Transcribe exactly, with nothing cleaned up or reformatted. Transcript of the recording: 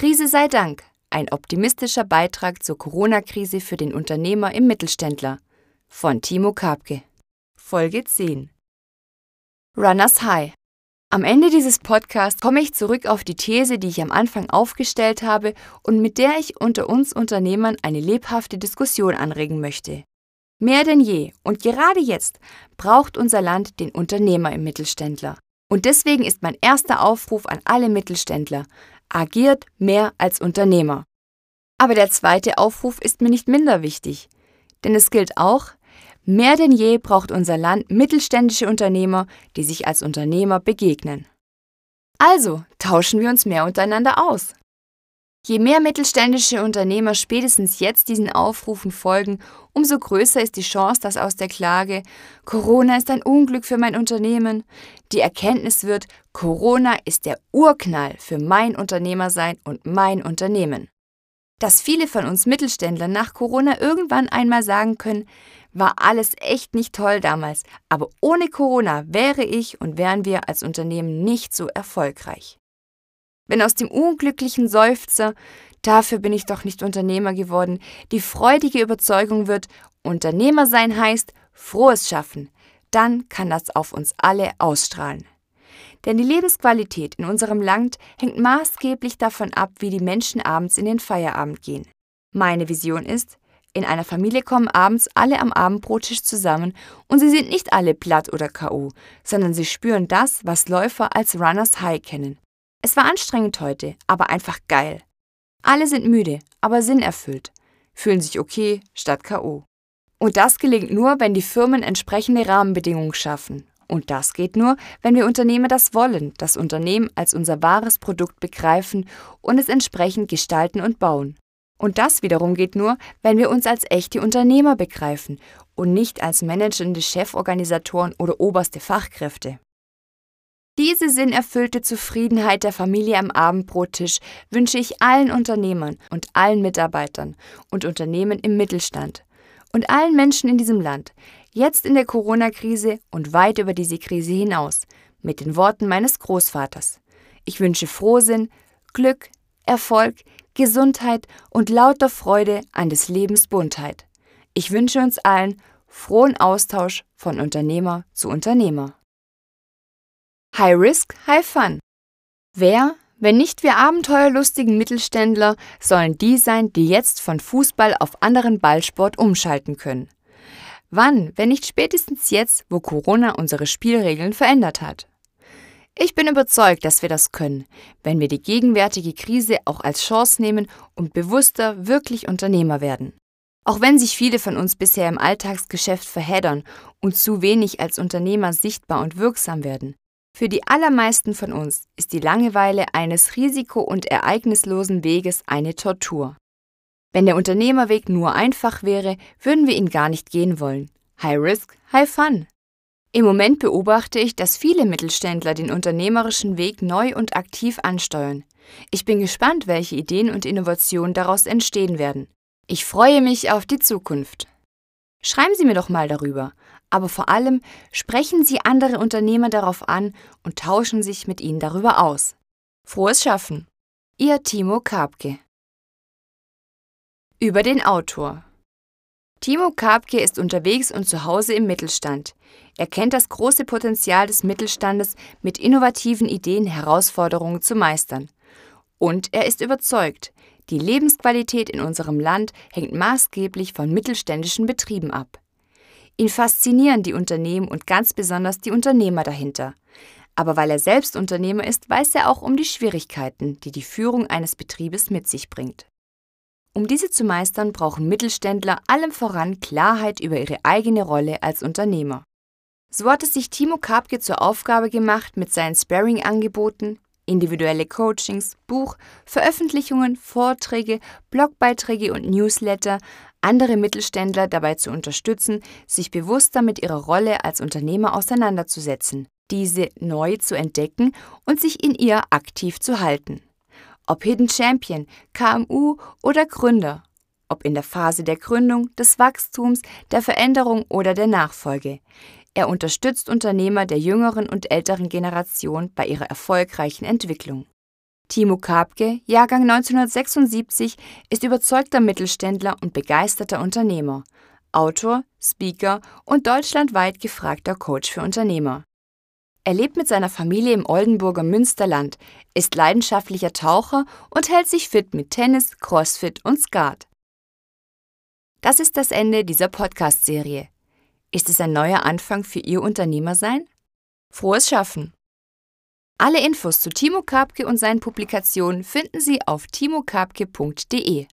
Krise sei Dank. Ein optimistischer Beitrag zur Corona-Krise für den Unternehmer im Mittelständler von Timo Karpke. Folge zehn. Runners High. Am Ende dieses Podcasts komme ich zurück auf die These, die ich am Anfang aufgestellt habe und mit der ich unter uns Unternehmern eine lebhafte Diskussion anregen möchte. Mehr denn je und gerade jetzt braucht unser Land den Unternehmer im Mittelständler. Und deswegen ist mein erster Aufruf an alle Mittelständler: agiert mehr als Unternehmer. Aber der zweite Aufruf ist mir nicht minder wichtig, denn es gilt auch: mehr denn je braucht unser Land mittelständische Unternehmer, die sich als Unternehmer begegnen. Also tauschen wir uns mehr untereinander aus. Je mehr mittelständische Unternehmer spätestens jetzt diesen Aufrufen folgen, umso größer ist die Chance, dass aus der Klage „Corona ist ein Unglück für mein Unternehmen" die Erkenntnis wird: Corona ist der Urknall für mein Unternehmersein und mein Unternehmen. Dass viele von uns Mittelständlern nach Corona irgendwann einmal sagen können: war alles echt nicht toll damals, aber ohne Corona wäre ich und wären wir als Unternehmen nicht so erfolgreich. Wenn aus dem unglücklichen Seufzer „dafür bin ich doch nicht Unternehmer geworden" die freudige Überzeugung wird, Unternehmer sein heißt frohes Schaffen, dann kann das auf uns alle ausstrahlen. Denn die Lebensqualität in unserem Land hängt maßgeblich davon ab, wie die Menschen abends in den Feierabend gehen. Meine Vision ist: in einer Familie kommen abends alle am Abendbrottisch zusammen und sie sind nicht alle platt oder K O, sondern sie spüren das, was Läufer als Runners High kennen. Es war anstrengend heute, aber einfach geil. Alle sind müde, aber sinnerfüllt, fühlen sich okay statt K O. Und das gelingt nur, wenn die Firmen entsprechende Rahmenbedingungen schaffen. Und das geht nur, wenn wir Unternehmer das wollen, das Unternehmen als unser wahres Produkt begreifen und es entsprechend gestalten und bauen. Und das wiederum geht nur, wenn wir uns als echte Unternehmer begreifen und nicht als managende Cheforganisatoren oder oberste Fachkräfte. Diese sinnerfüllte Zufriedenheit der Familie am Abendbrottisch wünsche ich allen Unternehmern und allen Mitarbeitern und Unternehmen im Mittelstand und allen Menschen in diesem Land, jetzt in der Corona-Krise und weit über diese Krise hinaus, mit den Worten meines Großvaters: Ich wünsche Frohsinn, Glück, Erfolg, Gesundheit und lauter Freude an des Lebens Buntheit. Ich wünsche uns allen frohen Austausch von Unternehmer zu Unternehmer. High Risk, High Fun. Wer, wenn nicht wir abenteuerlustigen Mittelständler, sollen die sein, die jetzt von Fußball auf anderen Ballsport umschalten können? Wann, wenn nicht spätestens jetzt, wo Corona unsere Spielregeln verändert hat? Ich bin überzeugt, dass wir das können, wenn wir die gegenwärtige Krise auch als Chance nehmen und bewusster wirklich Unternehmer werden. Auch wenn sich viele von uns bisher im Alltagsgeschäft verheddern und zu wenig als Unternehmer sichtbar und wirksam werden. Für die allermeisten von uns ist die Langeweile eines risiko- und ereignislosen Weges eine Tortur. Wenn der Unternehmerweg nur einfach wäre, würden wir ihn gar nicht gehen wollen. High Risk, High Fun. Im Moment beobachte ich, dass viele Mittelständler den unternehmerischen Weg neu und aktiv ansteuern. Ich bin gespannt, welche Ideen und Innovationen daraus entstehen werden. Ich freue mich auf die Zukunft. Schreiben Sie mir doch mal darüber, aber vor allem sprechen Sie andere Unternehmer darauf an und tauschen sich mit ihnen darüber aus. Frohes Schaffen! Ihr Timo Karpke. Über den Autor. Timo Karpke ist unterwegs und zu Hause im Mittelstand. Er kennt das große Potenzial des Mittelstandes, mit innovativen Ideen Herausforderungen zu meistern. Und er ist überzeugt, die Lebensqualität in unserem Land hängt maßgeblich von mittelständischen Betrieben ab. Ihn faszinieren die Unternehmen und ganz besonders die Unternehmer dahinter. Aber weil er selbst Unternehmer ist, weiß er auch um die Schwierigkeiten, die die Führung eines Betriebes mit sich bringt. Um diese zu meistern, brauchen Mittelständler allem voran Klarheit über ihre eigene Rolle als Unternehmer. So hat es sich Timo Karpke zur Aufgabe gemacht, mit seinen Sparring-Angeboten, individuelle Coachings, Buch, Veröffentlichungen, Vorträge, Blogbeiträge und Newsletter andere Mittelständler dabei zu unterstützen, sich bewusster mit ihrer Rolle als Unternehmer auseinanderzusetzen, diese neu zu entdecken und sich in ihr aktiv zu halten. Ob Hidden Champion, K M U oder Gründer, ob in der Phase der Gründung, des Wachstums, der Veränderung oder der Nachfolge. Er unterstützt Unternehmer der jüngeren und älteren Generation bei ihrer erfolgreichen Entwicklung. Timo Karpke, Jahrgang neunzehnhundertsechsundsiebzig, ist überzeugter Mittelständler und begeisterter Unternehmer, Autor, Speaker und deutschlandweit gefragter Coach für Unternehmer. Er lebt mit seiner Familie im Oldenburger Münsterland, ist leidenschaftlicher Taucher und hält sich fit mit Tennis, Crossfit und Skat. Das ist das Ende dieser Podcast-Serie. Ist es ein neuer Anfang für Ihr Unternehmersein? Frohes Schaffen! Alle Infos zu Timo Karpke und seinen Publikationen finden Sie auf timo karpke punkt de.